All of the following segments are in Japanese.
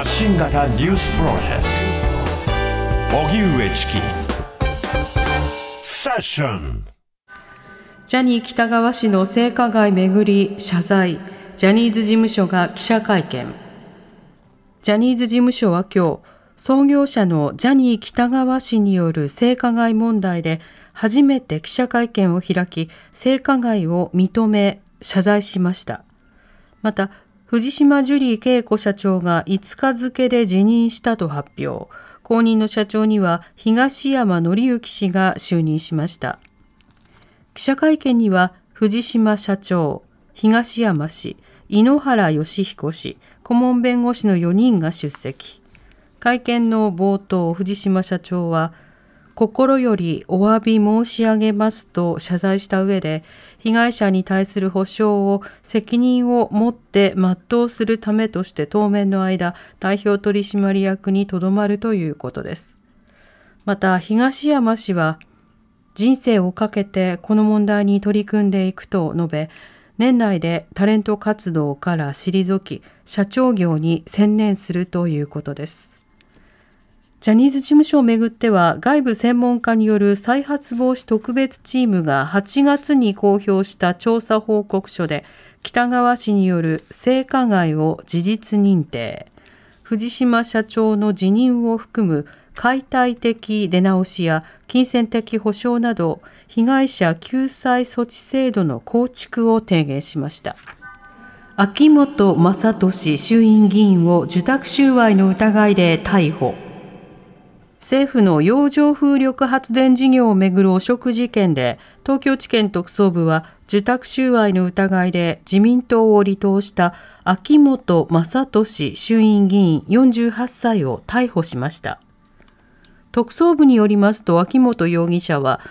発信型ニュースプロジェクト荻上チキセッション。 ジャニー喜多川氏の性加害めぐり謝罪、ジャニーズ事務所が記者会見。ジャニーズ事務所は今日、創業者のジャニー喜多川氏による性加害問題で初めて記者会見を開き、性加害を認め謝罪しました。また、藤島ジュリー景子社長が5日付で辞任したと発表。後任の社長には東山紀之氏が就任しました。記者会見には藤島社長、東山氏、井ノ原快彦氏、顧問弁護士の4人が出席。会見の冒頭、藤島社長は、心よりお詫び申し上げますと謝罪した上で、被害者に対する補償を責任を持って全うするためとして当面の間、代表取締役にとどまるということです。また、東山氏は、人生をかけてこの問題に取り組んでいくと述べ、年内でタレント活動から退き、社長業に専念するということです。ジャニーズ事務所をめぐっては、外部専門家による再発防止特別チームが8月に公表した調査報告書で、喜多川氏による性加害を事実認定、藤島社長の辞任を含む解体的出直しや金銭的補償など、被害者救済措置制度の構築を提言しました。秋本真利衆院議員を受託収賄の疑いで逮捕。政府の洋上風力発電事業をめぐる汚職事件で、東京地検特捜部は受託収賄の疑いで自民党を離党した秋本真利衆院議員48歳を逮捕しました。特捜部によりますと、秋本容疑者は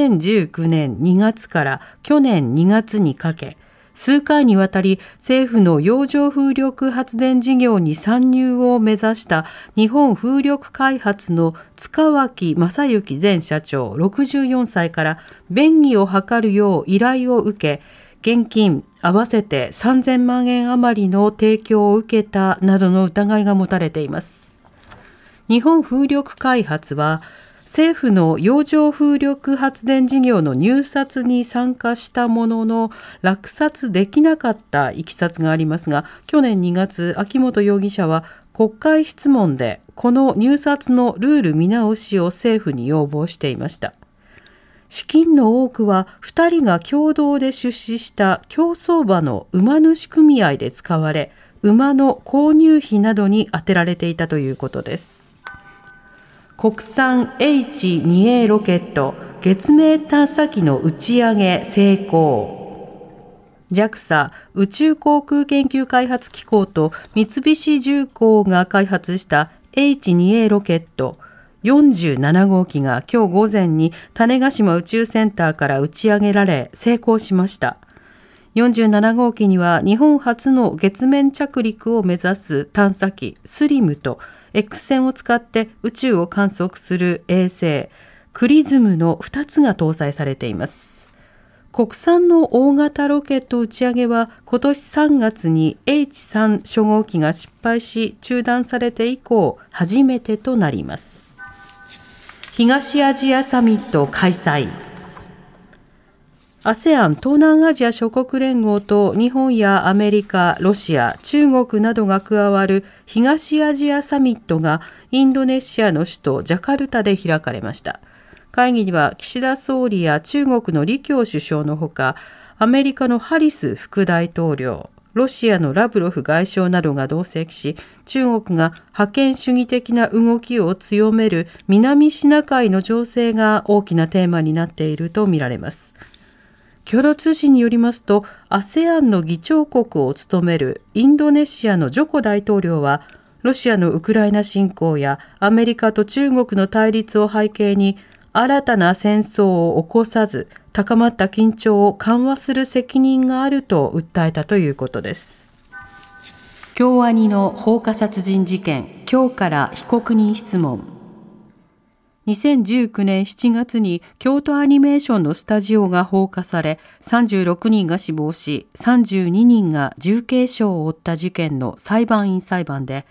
2019年2月から去年2月にかけ、数回にわたり政府の洋上風力発電事業に参入を目指した日本風力開発の塚脇正幸前社長64歳から便宜を図るよう依頼を受け、現金合わせて3000万円余りの提供を受けたなどの疑いが持たれています。日本風力開発は政府の洋上風力発電事業の入札に参加したものの落札できなかったいきさつがありますが、去年2月、秋本容疑者は国会質問でこの入札のルール見直しを政府に要望していました。資金の多くは2人が共同で出資した競走馬の馬主組合で使われ、馬の購入費などに充てられていたということです。国産 H2A ロケット月面探査機の打ち上げ成功。 JAXA 宇宙航空研究開発機構と三菱重工が開発した H2A ロケット47号機が今日午前に種子島宇宙センターから打ち上げられ成功しました。47号機には日本初の月面着陸を目指す探査機スリムと X 線を使って宇宙を観測する衛星クリズムの2つが搭載されています。国産の大型ロケット打ち上げは今年3月に H3 初号機が失敗し中断されて以降初めてとなります。東アジアサミット開催。ASEAN 東南アジア諸国連合と日本やアメリカ、ロシア、中国などが加わる東アジアサミットがインドネシアの首都ジャカルタで開かれました。会議には岸田総理や中国の李強首相のほか、アメリカのハリス副大統領、ロシアのラブロフ外相などが同席し、中国が覇権主義的な動きを強める南シナ海の情勢が大きなテーマになっているとみられます。共同通信によりますと、ASEAN の議長国を務めるインドネシアのジョコ大統領は、ロシアのウクライナ侵攻やアメリカと中国の対立を背景に、新たな戦争を起こさず、高まった緊張を緩和する責任があると訴えたということです。京アニの放火殺人事件、今日から被告人質問。2019年7月に京都アニメーションのスタジオが放火され、36人が死亡し、32人が重軽傷を負った事件の裁判員裁判で、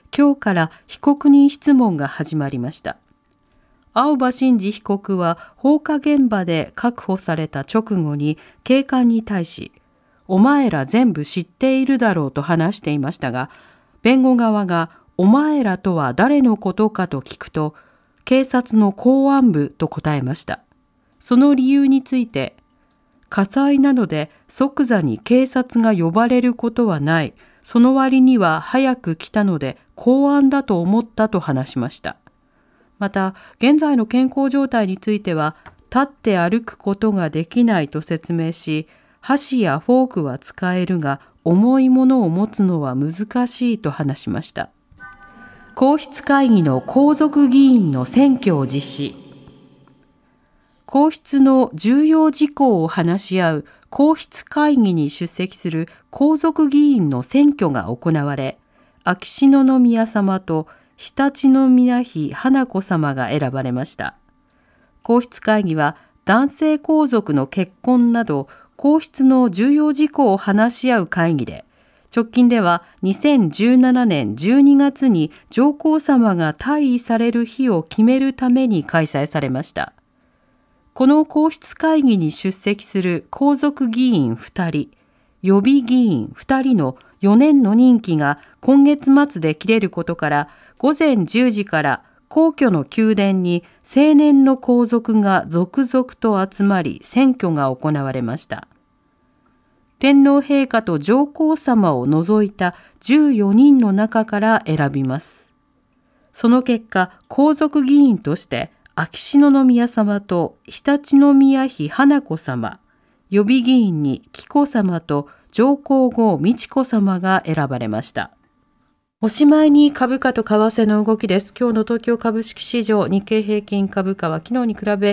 今日から被告人質問が始まりました。青葉真司被告は放火現場で確保された直後に警官に対し、お前ら全部知っているだろうと話していましたが、弁護側がお前らとは誰のことかと聞くと、警察の公安部と答えました。その理由について、火災なので即座に警察が呼ばれることはない。その割には早く来たので公安だと思ったと話しました。また、現在の健康状態については、立って歩くことができないと説明し、箸やフォークは使えるが、重いものを持つのは難しいと話しました。皇室会議の皇族議員の選挙を実施。皇室の重要事項を話し合う皇室会議に出席する皇族議員の選挙が行われ、秋篠宮さまと常陸宮妃華子さまが選ばれました。皇室会議は男性皇族の結婚など皇室の重要事項を話し合う会議で、直近では2017年12月に上皇さまが退位される日を決めるために開催されました。この皇室会議に出席する皇族議員2人、予備議員2人の4年の任期が今月末で切れることから、午前10時から皇居の宮殿に青年の皇族が続々と集まり、選挙が行われました。天皇陛下と上皇さまを除いた14人の中から選びます。その結果、皇族議員として秋篠宮さまと常陸宮妃華子さま、予備議員に紀子さまと上皇后美智子さまが選ばれました。おしまいに株価と為替の動きです。今日の東京株式市場、日経平均株価は昨日に比べ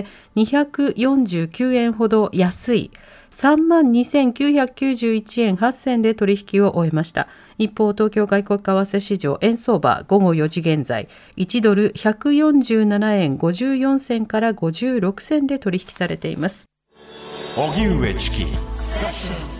249円ほど安い 32,991 円8銭で取引を終えました。一方、東京外国為替市場、円相場午後4時現在、1ドル147円54銭から56銭で取引されています。 荻上チキ